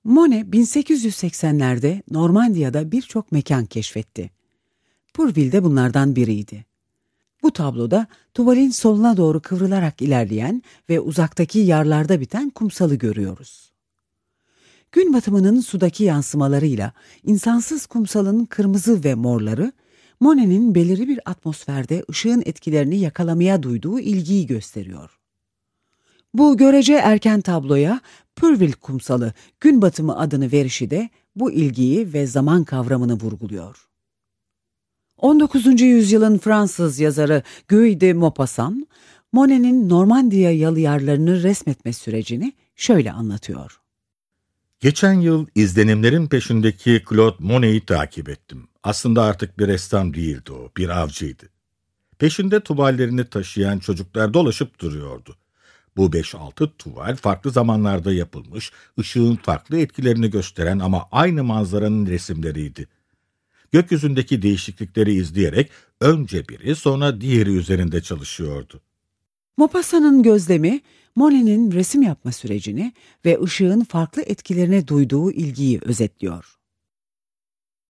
Monet 1880'lerde Normandiya'da birçok mekan keşfetti. Pourville de bunlardan biriydi. Bu tabloda tuvalin soluna doğru kıvrılarak ilerleyen ve uzaktaki yarlarda biten kumsalı görüyoruz. Gün batımının sudaki yansımalarıyla insansız kumsalın kırmızı ve morları, Monet'in belirli bir atmosferde ışığın etkilerini yakalamaya duyduğu ilgiyi gösteriyor. Bu görece erken tabloya Pourville kumsalı gün batımı adını verişi de bu ilgiyi ve zaman kavramını vurguluyor. 19. yüzyılın Fransız yazarı Guy de Maupassant, Monet'in Normandiya yalıyarlarını resmetme sürecini şöyle anlatıyor. Geçen yıl izlenimlerin peşindeki Claude Monet'i takip ettim. Aslında artık bir ressam değildi o, bir avcıydı. Peşinde tuvallerini taşıyan çocuklar dolaşıp duruyordu. Bu 5-6 tuval farklı zamanlarda yapılmış, ışığın farklı etkilerini gösteren ama aynı manzaranın resimleriydi. Gökyüzündeki değişiklikleri izleyerek önce biri sonra diğeri üzerinde çalışıyordu. Maupassant'ın gözlemi, Monet'in resim yapma sürecini ve ışığın farklı etkilerine duyduğu ilgiyi özetliyor.